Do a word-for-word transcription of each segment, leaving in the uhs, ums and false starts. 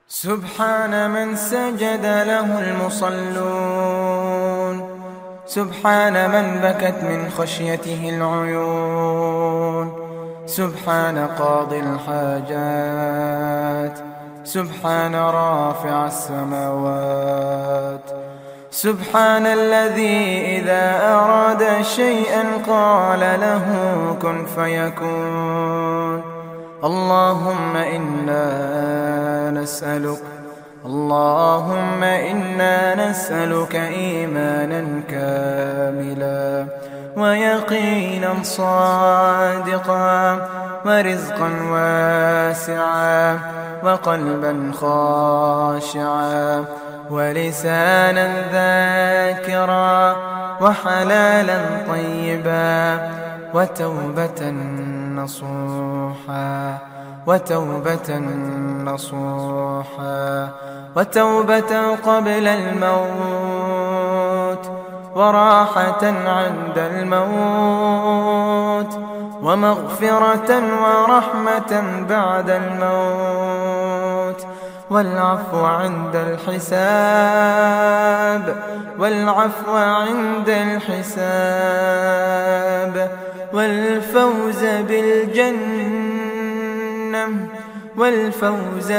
سبحان من سجد له المصلون، سبحان من بكت من خشيته العيون، سبحان قاضي الحاجات، سبحان رافع السماوات، سبحان الذي إذا أراد شيئا قال له كن فيكون. اللهم إنا نسألك اللهم إنا نسألك إيمانا كاملا ويقينا صادقا ورزقا واسعا وقلبا خاشعا ولسانا ذاكرا وحلالا طيبا وتوبة نصوحا وتوبة نصوحا وتوبة قبل الموت وراحة عند الموت ومغفرة ورحمة بعد الموت والعفو عند الحساب والعفو عند الحساب والفوز بالجنة والفوز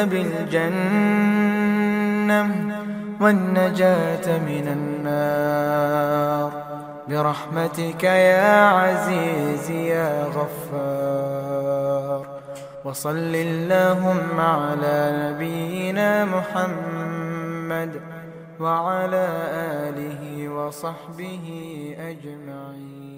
بالجنة والنجاة من النار برحمتك يا عزيز يا غفار. وصل اللهم على نبينا محمد وعلى آله وصحبه أجمعين.